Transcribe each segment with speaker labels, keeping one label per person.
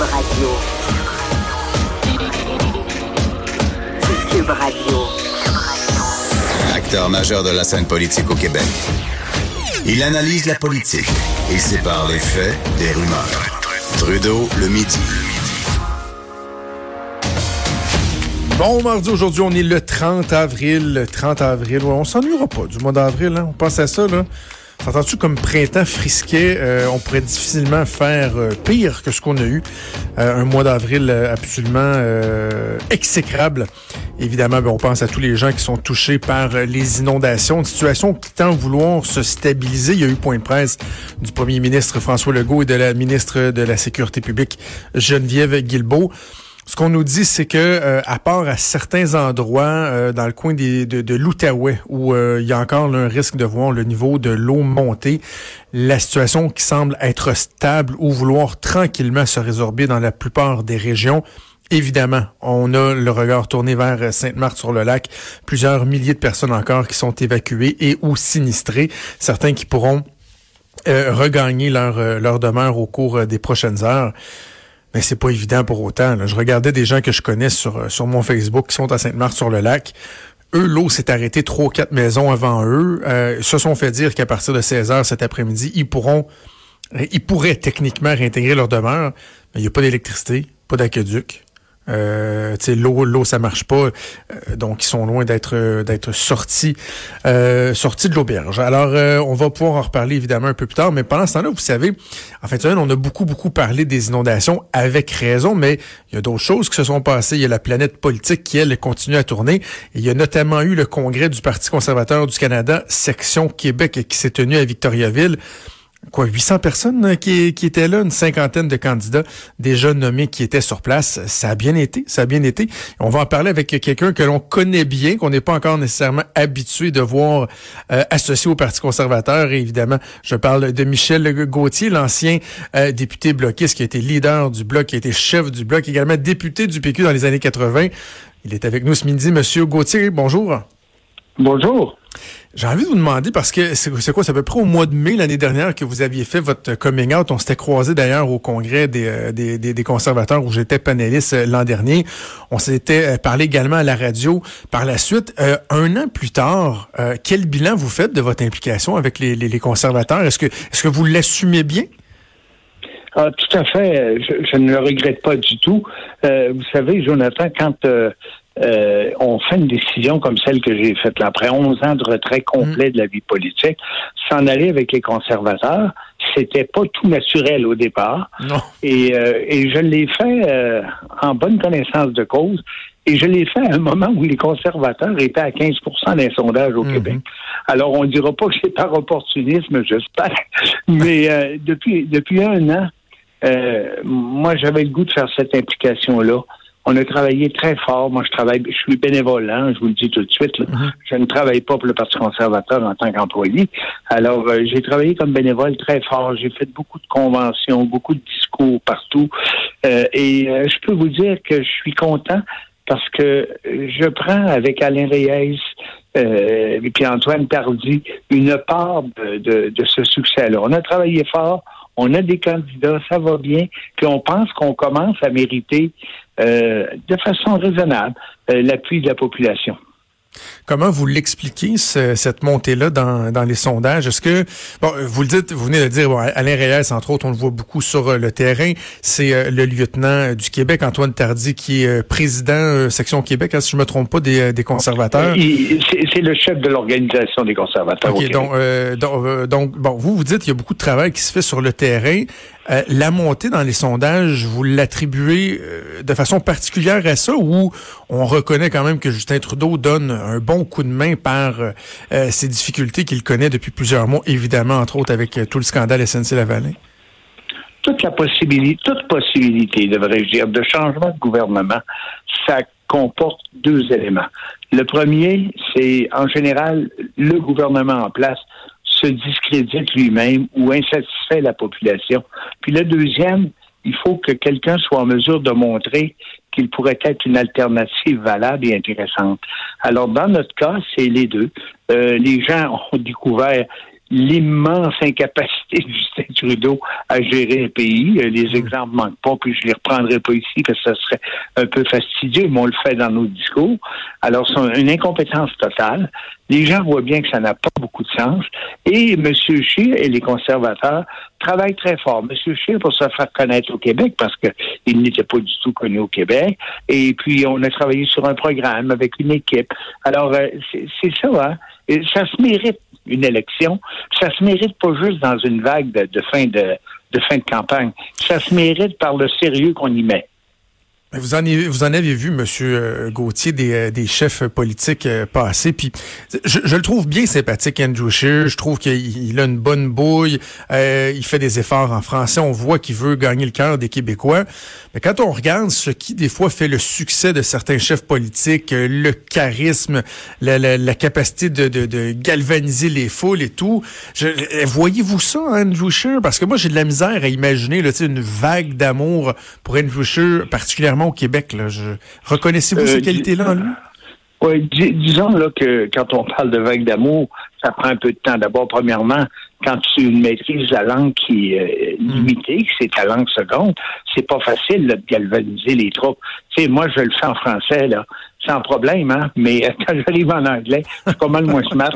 Speaker 1: Radio. Cube Radio.
Speaker 2: Acteur majeur de la scène politique au Québec. Il analyse la politique et sépare les faits des rumeurs. Trudeau le midi.
Speaker 3: Bon mardi, aujourd'hui, on est le 30 avril. Le 30 avril, ouais, on s'ennuiera pas du mois d'avril. Hein? On pense à ça, là. S'entends-tu comme printemps frisquet? On pourrait difficilement faire pire que ce qu'on a eu. Un mois d'avril absolument exécrable. Évidemment, on pense à tous les gens qui sont touchés par les inondations. Une situation qui tend à vouloir se stabiliser. Il y a eu point de presse du premier ministre François Legault et de la ministre de la Sécurité publique Geneviève Guilbeault. Ce qu'on nous dit, c'est que à part à certains endroits dans le coin de l'Outaouais, où il y a encore là, un risque de voir le niveau de l'eau monter, la situation qui semble être stable ou vouloir tranquillement se résorber dans la plupart des régions. Évidemment, on a le regard tourné vers Sainte-Marthe-sur-le-Lac. Plusieurs milliers de personnes encore qui sont évacuées et ou sinistrées. Certains qui pourront regagner leur demeure au cours des prochaines heures. Mais c'est pas évident pour autant. Là. Je regardais des gens que je connais sur mon Facebook qui sont à Sainte-Marthe-sur-le-Lac. Eux, l'eau s'est arrêtée 3 ou 4 maisons avant eux. Se sont fait dire qu'à partir de 16h cet après-midi, ils pourraient techniquement réintégrer leur demeure. Mais il n'y a pas d'électricité, pas d'aqueduc. L'eau ça marche pas, donc ils sont loin d'être sortis de l'auberge. Alors on va pouvoir en reparler évidemment un peu plus tard, mais pendant ce temps-là, vous savez, en fin de semaine, on a beaucoup parlé des inondations avec raison, mais il y a d'autres choses qui se sont passées. Il y a la planète politique qui, elle, continue à tourner. Et il y a notamment eu le congrès du Parti conservateur du Canada, section Québec, qui s'est tenu à Victoriaville. 800 personnes qui étaient là, une cinquantaine de candidats déjà nommés qui étaient sur place. Ça a bien été. On va en parler avec quelqu'un que l'on connaît bien, qu'on n'est pas encore nécessairement habitué de voir associé au Parti conservateur. Et évidemment, je parle de Michel Gauthier, l'ancien député bloquiste qui a été leader du Bloc, qui a été chef du Bloc, également député du PQ dans les années 80. Il est avec nous ce midi. Monsieur Gauthier, bonjour.
Speaker 4: Bonjour.
Speaker 3: J'ai envie de vous demander, parce que c'est quoi, c'est à peu près au mois de mai l'année dernière que vous aviez fait votre coming out. On s'était croisés d'ailleurs au congrès des conservateurs où j'étais panéliste l'an dernier. On s'était parlé également à la radio par la suite. Un an plus tard, quel bilan vous faites de votre implication avec les conservateurs? Est-ce que vous l'assumez bien?
Speaker 4: Ah, tout à fait. Je ne le regrette pas du tout. Vous savez, Jonathan, quand on fait une décision comme celle que j'ai faite là, après 11 ans de retrait complet de la vie politique, s'en aller avec les conservateurs, c'était pas tout naturel au départ.
Speaker 3: Non.
Speaker 4: Et je l'ai fait en bonne connaissance de cause. Et je l'ai fait à un moment où les conservateurs étaient à 15% d'un sondage au Québec. Alors, on ne dira pas que c'est par opportunisme, j'espère. Mais depuis un an, moi, j'avais le goût de faire cette implication-là. On a travaillé très fort. Moi, je suis bénévole, hein, je vous le dis tout de suite. Là. Je ne travaille pas pour le Parti conservateur en tant qu'employé. Alors, j'ai travaillé comme bénévole très fort. J'ai fait beaucoup de conventions, beaucoup de discours partout. Et je peux vous dire que je suis content parce que je prends avec Alain Reyes et puis Antoine Tardy une part de ce succès-là. On a travaillé fort. On a des candidats, ça va bien, puis on pense qu'on commence à mériter de façon raisonnable l'appui de la population.
Speaker 3: Comment vous l'expliquez, cette montée-là dans les sondages? Est-ce que, vous le dites, vous venez de dire, Alain Reyes, entre autres, on le voit beaucoup sur le terrain. C'est le lieutenant du Québec, Antoine Tardy, qui est président section Québec, hein, si je me trompe pas, des conservateurs.
Speaker 4: C'est le chef de l'organisation des conservateurs.
Speaker 3: OK, donc, vous dites qu'il y a beaucoup de travail qui se fait sur le terrain. La montée dans les sondages, vous l'attribuez de façon particulière à ça ou on reconnaît quand même que Justin Trudeau donne un bon coup de main par ces difficultés qu'il connaît depuis plusieurs mois, évidemment, entre autres avec tout le scandale SNC-Lavalin?
Speaker 4: Toute possibilité, devrais-je dire, de changement de gouvernement, ça comporte 2 éléments. Le premier, c'est en général le gouvernement en place se discrédite lui-même ou insatisfait la population. Puis le deuxième, il faut que quelqu'un soit en mesure de montrer qu'il pourrait être une alternative valable et intéressante. Alors, dans notre cas, c'est les deux. Les gens ont découvert l'immense incapacité de Justin Trudeau à gérer un pays. Les exemples manquent pas, puis je les reprendrai pas ici parce que ça serait un peu fastidieux, mais on le fait dans nos discours. Alors, c'est une incompétence totale. Les gens voient bien que ça n'a pas beaucoup de sens. Et M. Scheer et les conservateurs travaillent très fort. M. Scheer pour se faire connaître au Québec parce qu'il n'était pas du tout connu au Québec. Et puis, on a travaillé sur un programme avec une équipe. Alors, c'est ça, hein. Et ça se mérite une élection. Ça se mérite pas juste dans une vague de fin de campagne. Ça se mérite par le sérieux qu'on y met.
Speaker 3: Vous en avez vu, M. Gauthier, des chefs politiques passer. Puis je le trouve bien sympathique, Andrew Scheer. Je trouve qu'il a une bonne bouille. Il fait des efforts en français. On voit qu'il veut gagner le cœur des Québécois. Mais quand on regarde ce qui, des fois, fait le succès de certains chefs politiques, le charisme, la capacité de galvaniser les foules et tout, voyez-vous ça, Andrew Scheer? Parce que moi, j'ai de la misère à imaginer là, une vague d'amour pour Andrew Scheer, particulièrement au Québec. Là. Reconnaissez-vous ces qualités-là en lui?
Speaker 4: Oui, disons là que quand on parle de vague d'amour, ça prend un peu de temps. D'abord, premièrement, quand tu maîtrises la langue qui est limitée, que c'est ta langue seconde, c'est pas facile là, de galvaniser les troupes. Tu sais, moi, je le fais en français, là, sans problème, hein, mais quand j'arrive en anglais, c'est pas mal moins smart.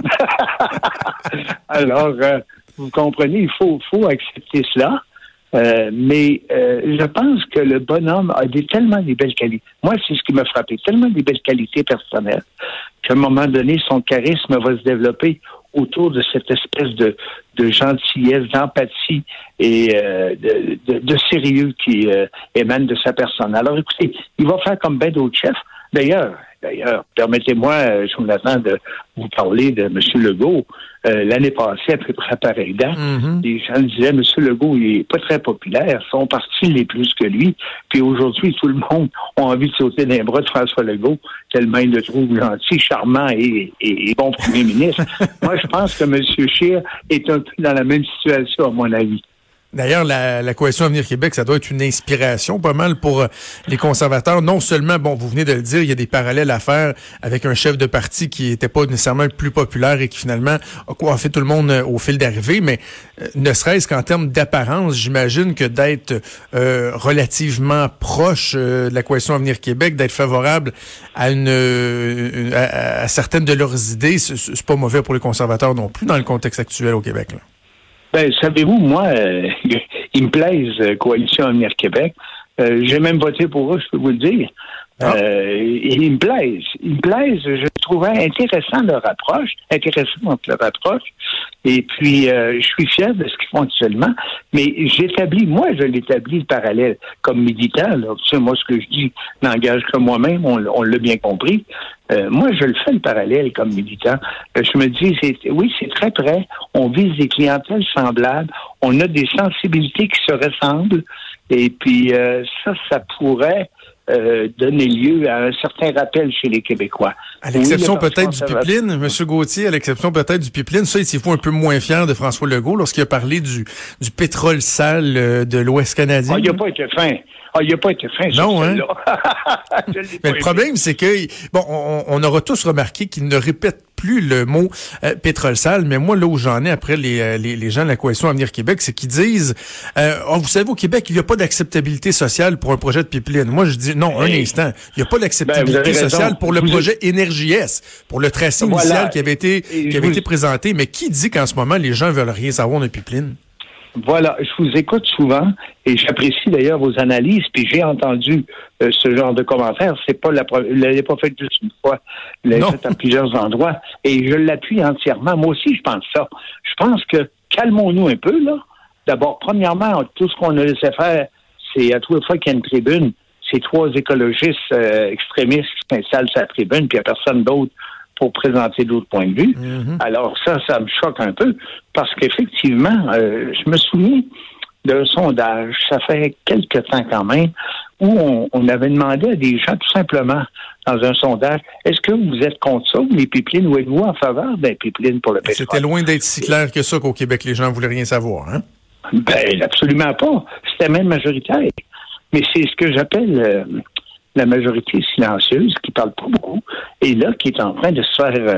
Speaker 4: Alors, vous comprenez, il faut accepter cela. Mais je pense que le bonhomme a tellement des belles qualités. Moi, c'est ce qui m'a frappé. Tellement des belles qualités personnelles qu'à un moment donné, son charisme va se développer autour de cette espèce de gentillesse, d'empathie et de sérieux qui émane de sa personne. Alors, écoutez, il va faire comme bien d'autres chefs. D'ailleurs, permettez-moi, Jonathan, de vous parler de M. Legault. L'année passée, à peu près pareil date, les gens disaient, M. Legault, il est pas très populaire. Son parti l'est plus que lui. Puis aujourd'hui, tout le monde a envie de sauter dans les bras de François Legault, tellement il le trouve gentil, charmant et bon premier ministre. Moi, je pense que M. Scheer est un peu dans la même situation, à mon avis.
Speaker 3: D'ailleurs, la Coalition Avenir Québec, ça doit être une inspiration pas mal pour les conservateurs. Non seulement, bon, vous venez de le dire, il y a des parallèles à faire avec un chef de parti qui était pas nécessairement le plus populaire et qui finalement a coiffé tout le monde au fil d'arrivée, mais ne serait-ce qu'en termes d'apparence, j'imagine que d'être relativement proche de la Coalition Avenir Québec, d'être favorable à à certaines de leurs idées, c'est pas mauvais pour les conservateurs non plus dans le contexte actuel au Québec, là.
Speaker 4: Ben, savez-vous, moi, ils me plaisent, Coalition Avenir Québec. J'ai même voté pour eux, je peux vous le dire. Ils me plaisent. Ils me plaisent. Je trouvais intéressante leur approche. Et puis, je suis fier de ce qu'ils font actuellement. Mais je l'établis le parallèle comme militant. Là. Tu sais, moi, ce que je dis n'engage que moi-même. On l'a bien compris. Moi, je le fais le parallèle comme militant. Je me dis, c'est très près. On vise des clientèles semblables. On a des sensibilités qui se ressemblent. Et puis, ça pourrait donner lieu à un certain rappel chez les Québécois.
Speaker 3: À l'exception peut-être du pipeline, M. Gauthier, à l'exception peut-être du pipeline, ça, il s'y faut un peu moins fier de François Legault lorsqu'il a parlé du pétrole sale de l'Ouest canadien.
Speaker 4: Ah, il n'a pas été fin.
Speaker 3: Non, hein? Mais le problème, c'est que, bon, on aura tous remarqué qu'il ne répète plus le mot pétrole sale, mais moi, là où j'en ai après les gens de la Coalition Avenir Québec, c'est qu'ils disent, vous savez, au Québec, il n'y a pas d'acceptabilité sociale pour un projet de pipeline. Moi, je dis, non, un instant, il n'y a pas d'acceptabilité sociale pour le projet Énergie S, pour le tracé initial qui avait été présenté. Mais qui dit qu'en ce moment, les gens veulent rien savoir d'un pipeline?
Speaker 4: Voilà, je vous écoute souvent et j'apprécie d'ailleurs vos analyses, puis j'ai entendu ce genre de commentaires. Vous l'avez pas fait juste une fois, vous l'avez fait à plusieurs endroits et je l'appuie entièrement. Moi aussi, je pense ça. Je pense que calmons-nous un peu, là. D'abord, premièrement, tout ce qu'on a laissé faire, c'est à toutes les fois qu'il y a une tribune, c'est 3 écologistes extrémistes qui s'installent sur la tribune, puis il n'y a personne d'autre pour présenter d'autres points de vue. Alors ça me choque un peu, parce qu'effectivement, je me souviens d'un sondage, ça fait quelque temps quand même, où on avait demandé à des gens, tout simplement, dans un sondage, est-ce que vous êtes contre ça, les pipelines, ou êtes-vous en faveur des pipelines pour le pétrole?
Speaker 3: C'était loin d'être si clair que ça qu'au Québec, les gens voulaient rien savoir, hein?
Speaker 4: Ben, absolument pas. C'était même majoritaire. Mais c'est ce que j'appelle la majorité silencieuse, qui parle pas beaucoup, et là, qui est en train de se faire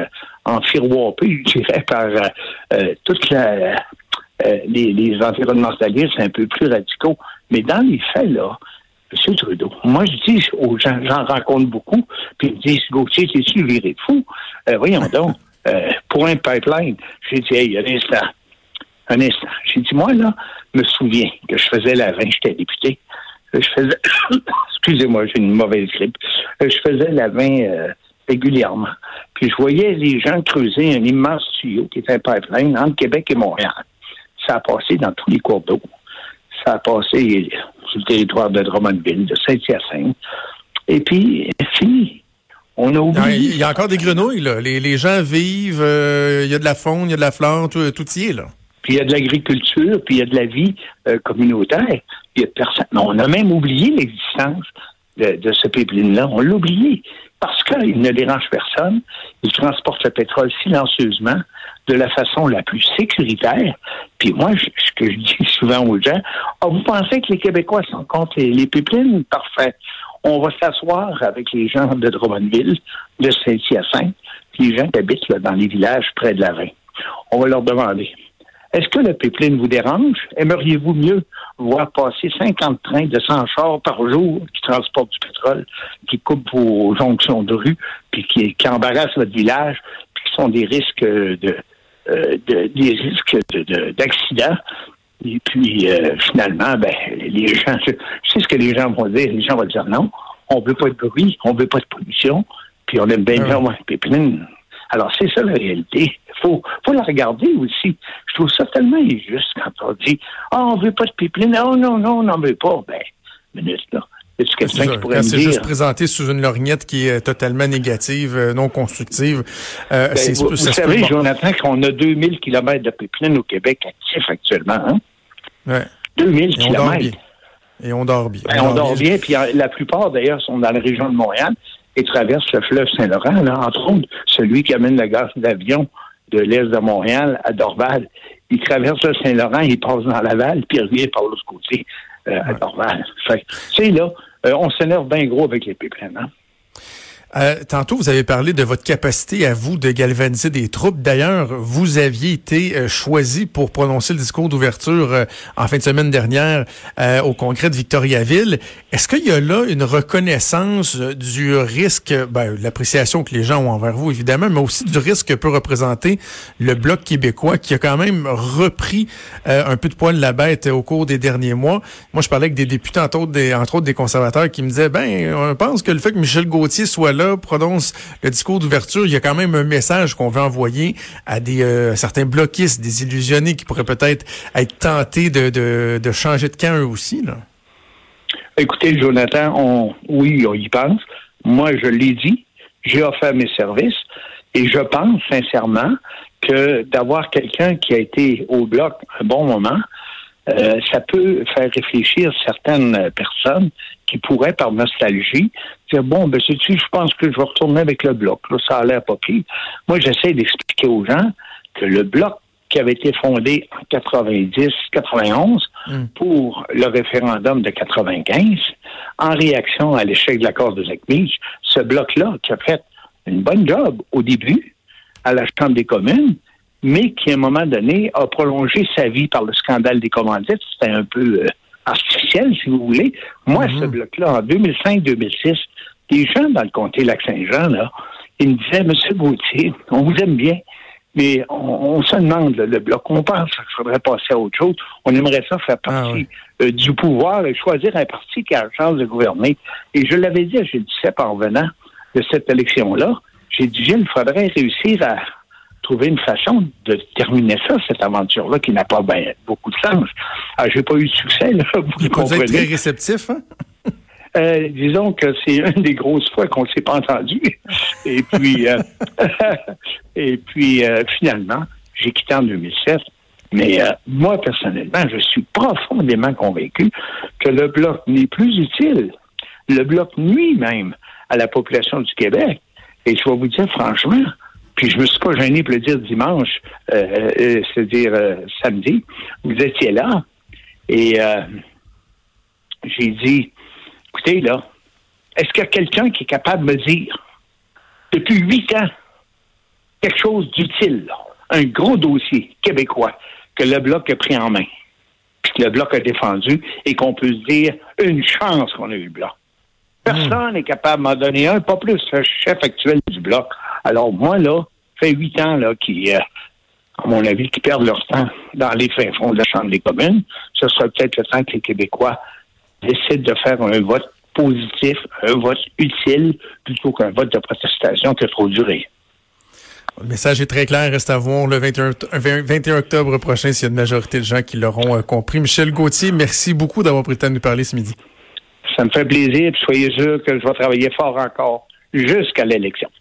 Speaker 4: enfiroppé, je dirais, par toute les environnementalistes un peu plus radicaux. Mais dans les faits, là, M. Trudeau, moi, je dis aux gens, j'en rencontre beaucoup, puis ils me disent, Gauthier, t'es-tu viré de fou? Voyons donc, pour un pipeline. J'ai dit, hey, un instant. J'ai dit, moi, là, me souviens que je faisais la 20, j'étais député. Je faisais, excusez-moi, j'ai une mauvaise grippe. Je faisais la 20 régulièrement. Puis je voyais les gens creuser un immense tuyau qui était un pipeline entre Québec et Montréal. Ça a passé dans tous les cours d'eau. Ça a passé sur le territoire de Drummondville, de Saint-Hyacinthe. Et puis, fini. On a oublié.
Speaker 3: Il y a encore des grenouilles, là. Les gens vivent, il y a de la faune, il y a de la flore, tout y est, là.
Speaker 4: Puis il y a de l'agriculture, puis il y a de la vie communautaire. Il y a personne. On a même oublié l'existence de ce pipeline-là. On l'a oublié. Parce qu'il ne dérange personne. Il transporte le pétrole silencieusement, de la façon la plus sécuritaire. Puis moi, ce que je dis souvent aux gens, vous pensez que les Québécois sont contre les pipelines? Parfait. On va s'asseoir avec les gens de Drummondville, de Saint-Hyacinthe, les gens qui habitent là, dans les villages près de la Reine. On va leur demander, est-ce que le pipeline vous dérange? Aimeriez-vous mieux voir passer 50 trains de 100 chars par jour qui transportent du pétrole, qui coupent vos jonctions de rue, puis qui embarrassent votre village, puis qui sont des risques d'accidents? Et puis, finalement, les gens, je sais ce que les gens vont dire. Les gens vont dire non, on veut pas de bruit, on veut pas de pollution, puis on aime bien bien un pipeline. Alors, c'est ça la réalité. Faut la regarder aussi. Je trouve ça tellement injuste quand on dit « on veut pas de pipeline. Oh non, on n'en veut pas. » Minute, là. Est-ce quelqu'un qui pourrait me dire...
Speaker 3: C'est juste présenté sous une lorgnette qui est totalement négative, non constructive.
Speaker 4: Vous savez, Jonathan, qu'on a 2000 km de pipeline au Québec actifs actuellement. Hein?
Speaker 3: Ouais.
Speaker 4: 2000 km.
Speaker 3: Et on dort bien.
Speaker 4: On dort bien. Puis la plupart, d'ailleurs, sont dans la région de Montréal et traversent le fleuve Saint-Laurent. Là, entre autres, celui qui amène le gaz d'avion de l'est de Montréal à Dorval. Il traverse le Saint-Laurent, il passe dans Laval, puis il revient par l'autre côté à Dorval. Fait, tu sais, là, on s'énerve bien gros avec les pipelines. Hein?
Speaker 3: Tantôt, vous avez parlé de votre capacité à vous de galvaniser des troupes. D'ailleurs, vous aviez été choisi pour prononcer le discours d'ouverture en fin de semaine dernière au congrès de Victoriaville. Est-ce qu'il y a là une reconnaissance du risque, l'appréciation que les gens ont envers vous, évidemment, mais aussi du risque que peut représenter le Bloc québécois qui a quand même repris un peu de poil de la bête au cours des derniers mois? Moi, je parlais avec des députés, entre autres des conservateurs, qui me disaient, on pense que le fait que Michel Gauthier soit là, prononce le discours d'ouverture, il y a quand même un message qu'on veut envoyer à certains bloquistes, des illusionnés qui pourraient peut-être être tentés de changer de camp eux aussi, là.
Speaker 4: Écoutez, Jonathan, on y pense. Moi, je l'ai dit, j'ai offert mes services et je pense sincèrement que d'avoir quelqu'un qui a été au Bloc un bon moment, ça peut faire réfléchir certaines personnes qui pourraient, par nostalgie, dire, sais-tu, je pense que je vais retourner avec le Bloc. Là, ça a l'air pas pire. Moi, j'essaie d'expliquer aux gens que le Bloc qui avait été fondé en 90-91 pour le référendum de 95, en réaction à l'échec de l'accord de Lac-Meach, ce Bloc-là, qui a fait une bonne job au début à la Chambre des communes, mais qui, à un moment donné, a prolongé sa vie par le scandale des commandites. C'était un peu artificiel, si vous voulez. Moi, ce bloc-là, en 2005-2006, des gens dans le comté Lac-Saint-Jean, là, ils me disaient, « Monsieur Gauthier, on vous aime bien, mais on se demande, le bloc, on pense qu'il faudrait passer à autre chose. On aimerait ça faire partie du pouvoir et choisir un parti qui a la chance de gouverner. » Et je l'avais dit à Gilles Duceppe en venant de cette élection-là. J'ai dit, Gilles, il faudrait réussir à trouver une façon de terminer ça, cette aventure-là, qui n'a pas beaucoup de sens. Alors, j'ai pas eu de succès, là, vous comprenez.
Speaker 3: Vous êtes très réceptif, hein?
Speaker 4: Disons que c'est une des grosses fois qu'on ne s'est pas entendu. Et puis, finalement, j'ai quitté en 2007. Mais moi, personnellement, je suis profondément convaincu que le Bloc n'est plus utile. Le Bloc nuit même à la population du Québec. Et je vais vous dire franchement, puis je me suis pas gêné pour le dire dimanche, c'est-à-dire samedi, vous étiez là, et j'ai dit, écoutez, là, est-ce qu'il y a quelqu'un qui est capable de me dire, depuis 8 ans, quelque chose d'utile, là. Un gros dossier québécois que le Bloc a pris en main, puis que le Bloc a défendu, et qu'on peut se dire une chance qu'on a eu le Bloc. Personne n'est capable de m'en donner un, pas plus le chef actuel du Bloc. Alors moi, là, ça fait 8 ans là, qui, à mon avis, qui perdent leur temps dans les fins fonds de la Chambre des communes. Ce serait peut-être le temps que les Québécois décident de faire un vote positif, un vote utile, plutôt qu'un vote de protestation qui a trop duré.
Speaker 3: Le message est très clair, reste à voir le 21 octobre prochain s'il y a une majorité de gens qui l'auront compris. Michel Gauthier, merci beaucoup d'avoir pris le temps de nous parler ce midi.
Speaker 4: Ça me fait plaisir, puis soyez sûrs que je vais travailler fort encore jusqu'à l'élection.